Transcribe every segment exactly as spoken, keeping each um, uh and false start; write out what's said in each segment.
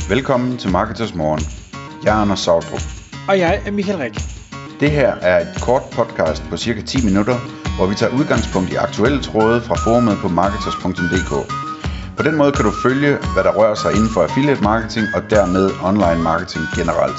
Velkommen til Marketers Morgen. Jeg er Anders Sautrup. Og jeg er Michael Rik. Det her er et kort podcast på cirka ti minutter, hvor vi tager udgangspunkt i aktuelle tråde fra forumet på marketers punktum d k. På den måde kan du følge, hvad der rører sig inden for affiliate marketing og dermed online marketing generelt.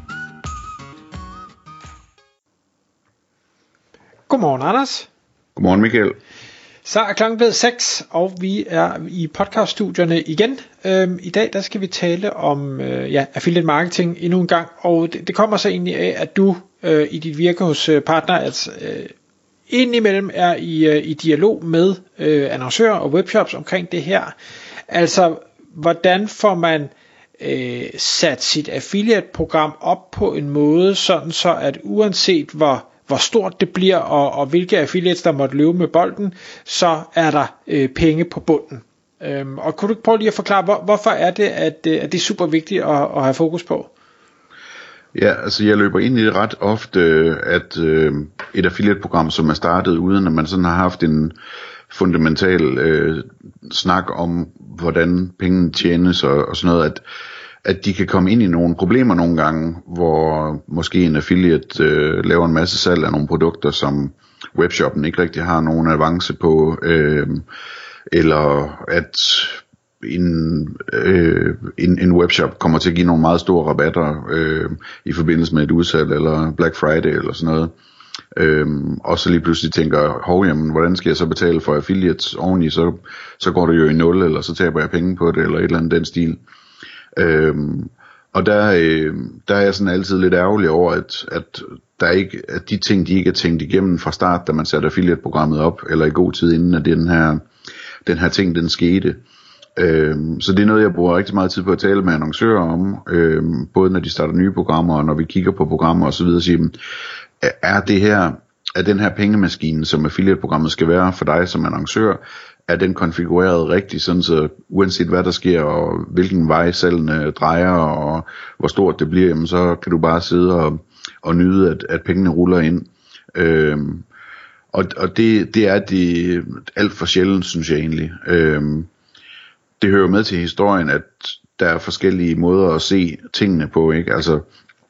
Godmorgen, Anders. Godmorgen, Michael. Så er klokken blevet seks, og vi er i podcaststudierne igen. Øhm, I dag der skal vi tale om øh, ja, affiliate marketing endnu en gang, og det, det kommer så egentlig af, at du øh, i dit virke hos øh, partner, at øh, indimellem er i, øh, i dialog med øh, annoncører og webshops omkring det her. Altså, hvordan får man øh, sat sit affiliate-program op på en måde, sådan så at uanset hvor hvor stort det bliver, og, og hvilke affiliates, der måtte løbe med bolden, så er der øh, penge på bunden. Øhm, og kunne du prøve lige at forklare, hvor, hvorfor er det, at, at det er super vigtigt at, at have fokus på? Ja, altså jeg løber ind i det ret ofte, at øh, et affiliate-program, som er startet, uden at man sådan har haft en fundamental øh, snak om, hvordan pengene tjenes og, og sådan noget, at at de kan komme ind i nogle problemer nogle gange, hvor måske en affiliate øh, laver en masse salg af nogle produkter, som webshoppen ikke rigtig har nogen avance på, øh, eller at en, øh, en, en webshop kommer til at give nogle meget store rabatter øh, i forbindelse med et udsalg, eller Black Friday, eller sådan noget. Øhm, og så lige pludselig tænker, hov, jamen, hvordan skal jeg så betale for affiliates oveni, så, så går det jo i nul, eller så taber jeg penge på det, eller et eller andet den stil. Øhm, og der, øh, der er jeg sådan altid lidt ærgerlig over, at, at, der ikke, at de ting, de ikke er tænkt igennem fra start, da man satte affiliate-programmet op, eller i god tid inden, at den her, den her ting, den skete. Øhm, så det er noget, jeg bruger rigtig meget tid på at tale med annoncører om, øhm, både når de starter nye programmer, og når vi kigger på programmer og så videre, siger dem, er det her, er den her pengemaskine, som affiliate-programmet skal være for dig som annoncør, er den konfigureret rigtigt, sådan så uanset hvad der sker, og hvilken vej salgene drejer, og hvor stort det bliver, jamen, så kan du bare sidde og, og nyde, at, at pengene ruller ind. Øhm, og og det, det er det alt for sjældent, synes jeg egentlig. Øhm, det hører med til historien, at der er forskellige måder at se tingene på, ikke? Altså,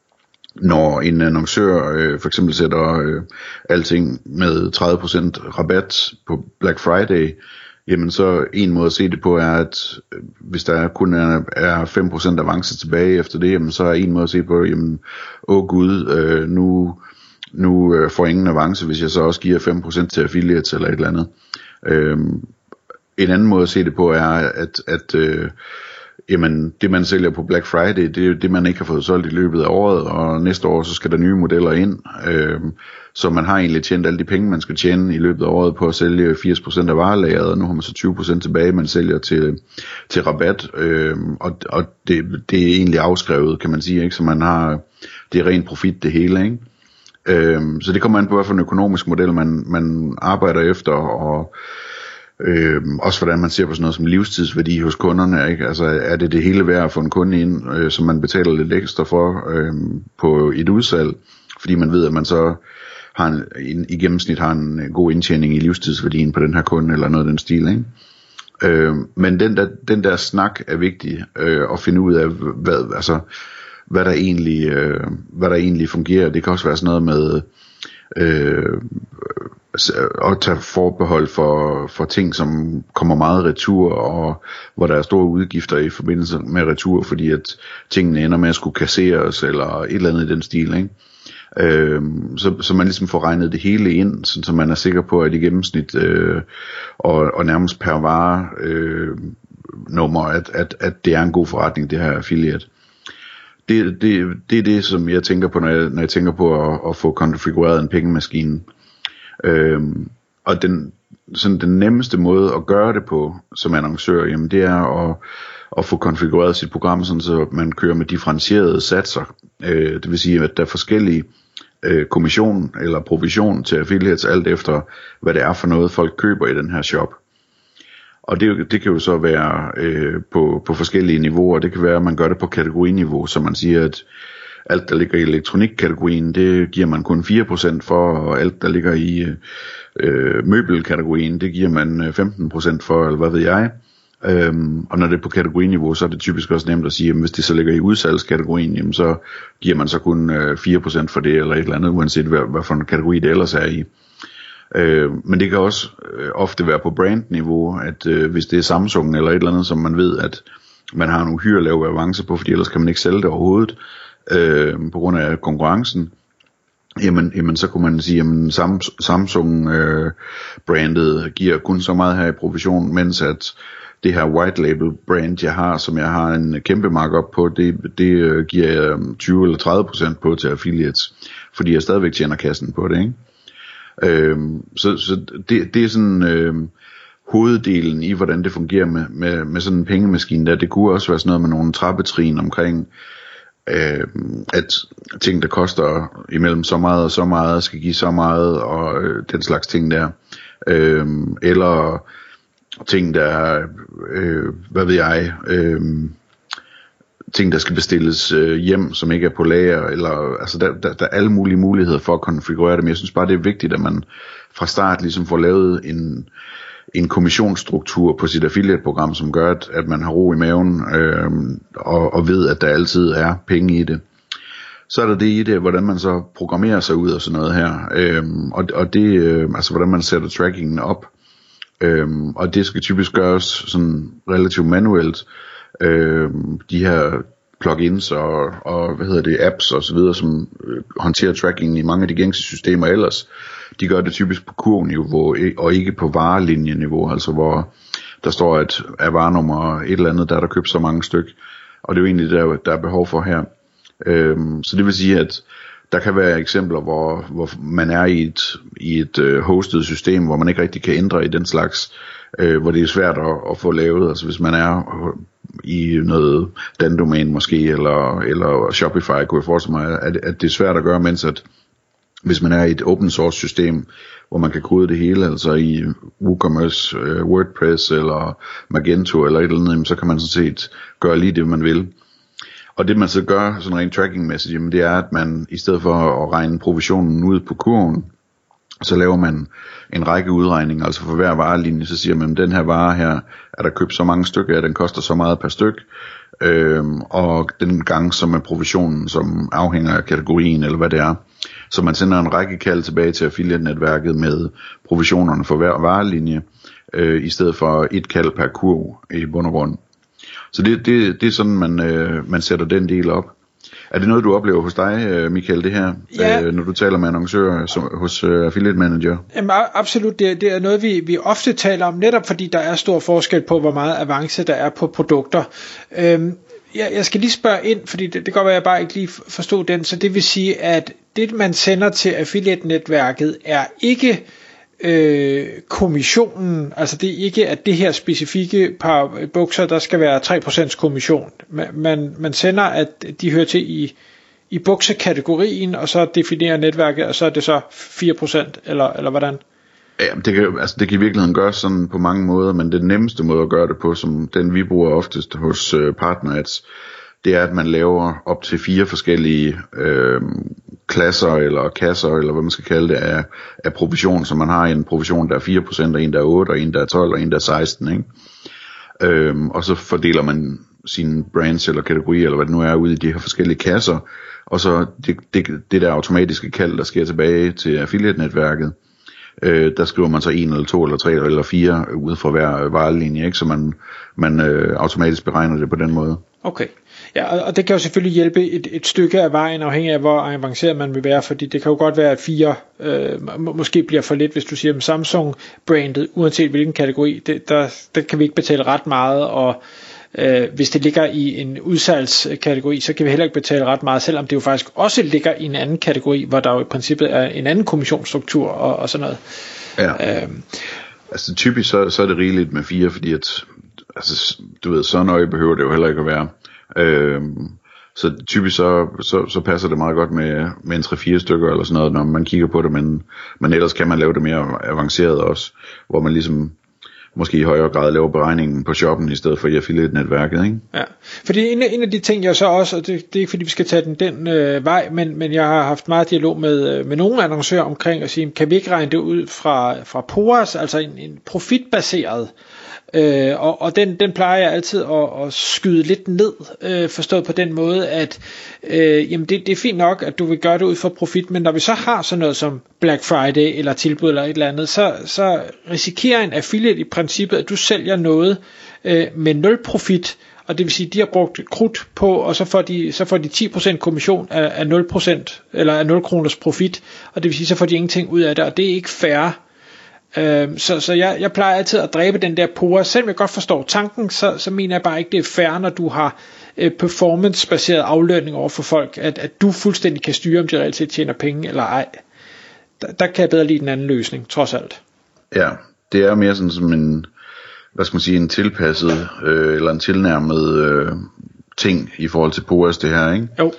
når en annoncør øh, for eksempel sætter øh, alting med tredive procent rabat på Black Friday, jamen så en måde at se det på er, at øh, hvis der kun er, er fem procent avance tilbage efter det, jamen så er en måde at se på, jamen åh gud, øh, nu, nu øh, får ingen avance, hvis jeg så også giver fem procent til affiliates eller et eller andet. Øh, en anden måde at se det på er, at, at øh, jamen det man sælger på Black Friday, det er jo det man ikke har fået solgt i løbet af året, og næste år så skal der nye modeller ind, øh, så man har egentlig tjent alle de penge man skal tjene i løbet af året på at sælge firs procent af varelageret, og nu har man så tyve procent tilbage man sælger til, til rabat, øh, og, og det, det er egentlig afskrevet, kan man sige, ikke? Så man har, det er ren profit det hele, ikke? Øh, så det kommer an på hvad for en økonomisk model man, man arbejder efter, og Øh, også hvordan man ser på sådan noget som livstidsværdi hos kunderne, ikke? Altså er det det hele værd at få en kunde ind, øh, som man betaler lidt ekstra for øh, på et udsalg, fordi man ved at man så har en, en, i gennemsnit har en god indtjening i livstidsværdien på den her kunde eller noget af den stil, ikke? Øh, men den der, den der snak er vigtig øh, at finde ud af hvad, altså, hvad der egentlig øh, hvad der egentlig fungerer. Det kan også være sådan noget med øh, at tage forbehold for, for ting, som kommer meget retur, og hvor der er store udgifter i forbindelse med retur, fordi at tingene ender med at skulle kasseres, eller et eller andet i den stil, ikke? Øhm, så, så man ligesom får regnet det hele ind, så man er sikker på, at i gennemsnit øh, og, og nærmest per vare øh, nummer, at, at, at det er en god forretning, det her affiliate. Det, det, det er det, som jeg tænker på, når jeg, når jeg tænker på at, at få konfigureret en pengemaskine. Øhm, og den, sådan den nemmeste måde at gøre det på som annoncør, jamen det er at, at få konfigureret sit program, sådan så man kører med differentierede satser. Øh, det vil sige, at der er forskellige øh, kommission eller provision til affiliates, alt efter hvad det er for noget folk køber i den her shop. Og det, det kan jo så være øh, på, på forskellige niveauer. Det kan være, at man gør det på kategoriniveau, så man siger, at alt der ligger i elektronikkategorien, det giver man kun fire procent for, og alt der ligger i øh, møbelkategorien, det giver man femten procent for, eller hvad ved jeg. Øhm, og når det er på kategoriniveau, så er det typisk også nemt at sige, at hvis det så ligger i udsalgskategorien, jamen så giver man så kun øh, fire procent for det, eller et eller andet, uanset hvad, hvad for en kategori det ellers er i. Øh, men det kan også øh, ofte være på brandniveau, at øh, hvis det er Samsung eller et eller andet, som man ved, at man har en uhyre lav avance på, fordi ellers kan man ikke sælge det overhovedet, øh, på grund af konkurrencen, jamen, jamen så kunne man sige, at Samsung øh, brandet giver kun så meget her i provision, mens at det her white label brand, jeg har, som jeg har en kæmpe markup på, det, det øh, giver jeg tyve eller tredive procent på til affiliates, fordi jeg stadigvæk tjener kassen på det, ikke? Øh, så så det, det er sådan øh, hoveddelen i, hvordan det fungerer med, med, med sådan en pengemaskine der. Det kunne også være sådan noget med nogle trappetrin omkring, øh, at ting, der koster imellem så meget og så meget, skal give så meget, og øh, den slags ting der. Øh, eller ting, der øh, hvad ved jeg, øh, ting, der skal bestilles øh, hjem, som ikke er på lager, eller altså der, der, der er alle mulige muligheder for at konfigurere det, men jeg synes bare, det er vigtigt, at man fra start ligesom får lavet en, en kommissionsstruktur på sit affiliate-program, som gør, at, at man har ro i maven, øh, og, og ved, at der altid er penge i det. Så er der det i det, hvordan man så programmerer sig ud og sådan noget her, øh, og, og det, øh, altså hvordan man sætter trackingen op, øh, og det skal typisk gøres sådan relativt manuelt. Øh, de her plugins og, og hvad hedder det, apps og så videre, som øh, håndterer trackingen i mange af de gængse systemer ellers, de gør det typisk på kurvniveau og ikke på varelinjeniveau, altså hvor der står, at er varenummer et eller andet, der er der købt så mange styk, og det er jo egentlig der, der er behov for her. Øh, så det vil sige, at der kan være eksempler, hvor, hvor man er i et, i et uh, hostet system, hvor man ikke rigtig kan ændre i den slags, uh, hvor det er svært at, at få lavet. Altså hvis man er i noget Dan-domæne måske, eller, eller Shopify, kunne jeg forestille mig, at, at det er svært at gøre, mens at hvis man er i et open source system, hvor man kan kode det hele, altså i WooCommerce, uh, WordPress eller Magento eller et eller andet, så kan man sådan set gøre lige det, man vil. Og det man så gør sådan rent trackingmæssigt, jamen det er, at man i stedet for at regne provisionen ud på kurven, så laver man en række udregninger, altså for hver varelinje, så siger man, at den her vare her, er der købt så mange stykker af, den koster så meget per styk, øhm, og den gang som er provisionen, som afhænger af kategorien, eller hvad det er. Så man sender en række kald tilbage til affiliate-netværket med provisionerne for hver varelinje, øh, i stedet for et kald per kurv i bund og grund. Så det, det, det er sådan, man, øh, man sætter den del op. Er det noget, du oplever hos dig, Michael, det her, ja. øh, når du taler med annoncører som, hos øh, Affiliate Manager? Jamen, absolut, det, det er noget, vi, vi ofte taler om, netop fordi der er stor forskel på, hvor meget avance der er på produkter. Øhm, jeg, jeg skal lige spørge ind, fordi det, det kan godt være, at jeg bare ikke lige forstod den, så det vil sige, at det, man sender til Affiliate-netværket, er ikke Øh, kommissionen, altså det er ikke at det her specifikke par bukser, der skal være tre procent kommission. Man, man sender, at de hører til i, i buksekategorien, og så definerer netværket, og så er det så fire procent, eller, eller hvordan? Ja, det kan, altså det kan i virkeligheden gøres sådan på mange måder, men den nemmeste måde at gøre det på, som den vi bruger oftest hos uh, partnerads, det er, at man laver op til fire forskellige øh, klasser eller kasser, eller hvad man skal kalde det, af, af provision, så man har en provision, der er fire procent, og en, der er otte, og en, der er tolv, og en, der er seksten, ikke? Øhm, og så fordeler man sine brands eller kategorier, eller hvad det nu er, ud i de her forskellige kasser, og så det, det, det der automatiske kald, der sker tilbage til affiliate-netværket, øh, der skriver man så en, eller to, eller tre, eller fire ud fra hver varelinje, ikke? Så man, man øh, automatisk beregner det på den måde. Okay. Ja, og det kan jo selvfølgelig hjælpe et, et stykke af vejen, afhængig af hvor avanceret man vil være, fordi det kan jo godt være, at fire øh, må, måske bliver for lidt, hvis du siger, at Samsung-brandet, uanset hvilken kategori, det, der, der kan vi ikke betale ret meget, og øh, hvis det ligger i en udsalgskategori, så kan vi heller ikke betale ret meget, selvom det jo faktisk også ligger i en anden kategori, hvor der jo i princippet er en anden kommissionsstruktur og, og sådan noget. Ja. Øhm. Altså typisk så, så er det rigeligt med fire, fordi at, altså, du ved, så nøje behøver det jo heller ikke at være. Øhm, så typisk så, så, så passer det meget godt med, med en tre fire stykker eller sådan noget, når man kigger på det, men, men ellers kan man lave det mere avanceret også, hvor man ligesom måske i højere grad laver beregningen på shoppen i stedet for i affiliate-netværket, ikke? Ja, fordi en, en af de ting jeg så også, og det, det er ikke fordi vi skal tage den, den øh, vej, men, men jeg har haft meget dialog med, med nogle annoncører omkring at sige, kan vi ikke regne det ud fra, fra P O A S, altså en, en profitbaseret Øh, og og den, den plejer jeg altid at, at skyde lidt ned, øh, forstået på den måde, at øh, jamen det, det er fint nok, at du vil gøre det ud for profit, men når vi så har sådan noget som Black Friday eller tilbud eller et eller andet, så, så risikerer en affiliate i princippet, at du sælger noget øh, med nul profit, og det vil sige, de har brugt krudt på, og så får de, så får de ti procent kommission af, af nul procent, eller af nul kroners profit, og det vil sige, så får de ingenting ud af det, og det er ikke fair. Så, så jeg, jeg plejer altid at dræbe den der pore. Selvom jeg godt forstår tanken, så, så mener jeg bare ikke, det er fair, når du har øh, performance-baseret aflønning over for folk, at, at du fuldstændig kan styre, om de reelt set tjener penge eller ej. Der, der kan jeg bedre lide den anden løsning, trods alt. Ja, det er mere sådan som en, hvad skal man sige, en tilpasset øh, eller en tilnærmet øh, ting i forhold til P O A S det her, ikke? Jo.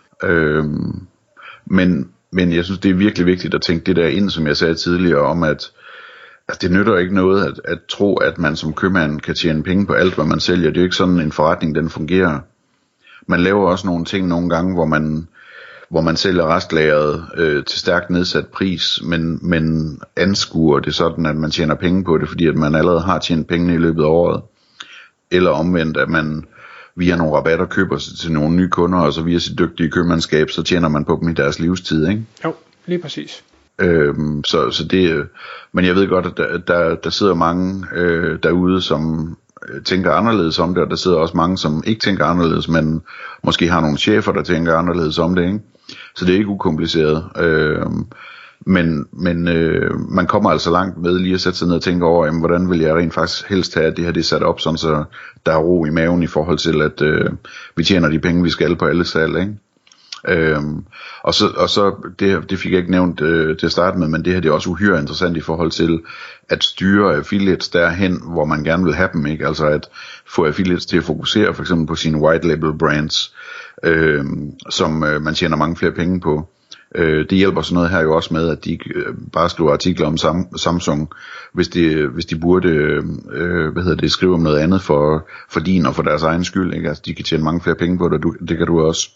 Øhm, men, men jeg synes, det er virkelig vigtigt at tænke det der ind, som jeg sagde tidligere, om at altså, det nytter ikke noget at, at tro, at man som købmand kan tjene penge på alt, hvad man sælger. Det er jo ikke sådan en forretning, den fungerer. Man laver også nogle ting nogle gange, hvor man, hvor man sælger restlageret øh, til stærkt nedsat pris, men, men anskuer det sådan, at man tjener penge på det, fordi at man allerede har tjent penge i løbet af året. Eller omvendt, at man via nogle rabatter køber sig til nogle nye kunder, og så via sit dygtige købmandskab, så tjener man på dem i deres livstid, ikke? Jo, lige præcis. Øhm, så, så det, men jeg ved godt, at der, der, der sidder mange øh, derude, som øh, tænker anderledes om det, og der sidder også mange, som ikke tænker anderledes, men måske har nogle chefer, der tænker anderledes om det, ikke? Så det er ikke ukompliceret. Øhm, men men øh, man kommer altså langt med lige at sætte sig ned og tænke over, jamen, hvordan vil jeg rent faktisk helst have, at det her det er sat op, sådan så der er ro i maven i forhold til, at øh, vi tjener de penge, vi skal på alle salg, ikke? Øhm, og så, og så det, det fik jeg ikke nævnt øh, til at starte med, men det her det er også uhyre interessant i forhold til at styre affiliates derhen, hvor man gerne vil have dem, ikke? Altså at få affiliates til at fokusere for eksempel på sine white label brands, øh, som øh, man tjener mange flere penge på. Øh, det hjælper sådan noget her jo også med, at de øh, bare skriver artikler om Sam- Samsung, hvis de, hvis de burde øh, hvad hedder det, skrive om noget andet for, for din og for deres egen skyld, ikke? Altså de kan tjene mange flere penge på det, du, det kan du også.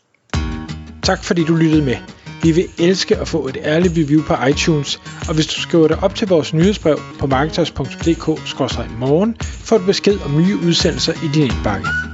Tak fordi du lyttede med. Vi vil elske at få et ærligt review på iTunes, og hvis du skriver dig op til vores nyhedsbrev på marketers punktum d k skråstreg morgen, får du besked om nye udsendelser i din indbakke.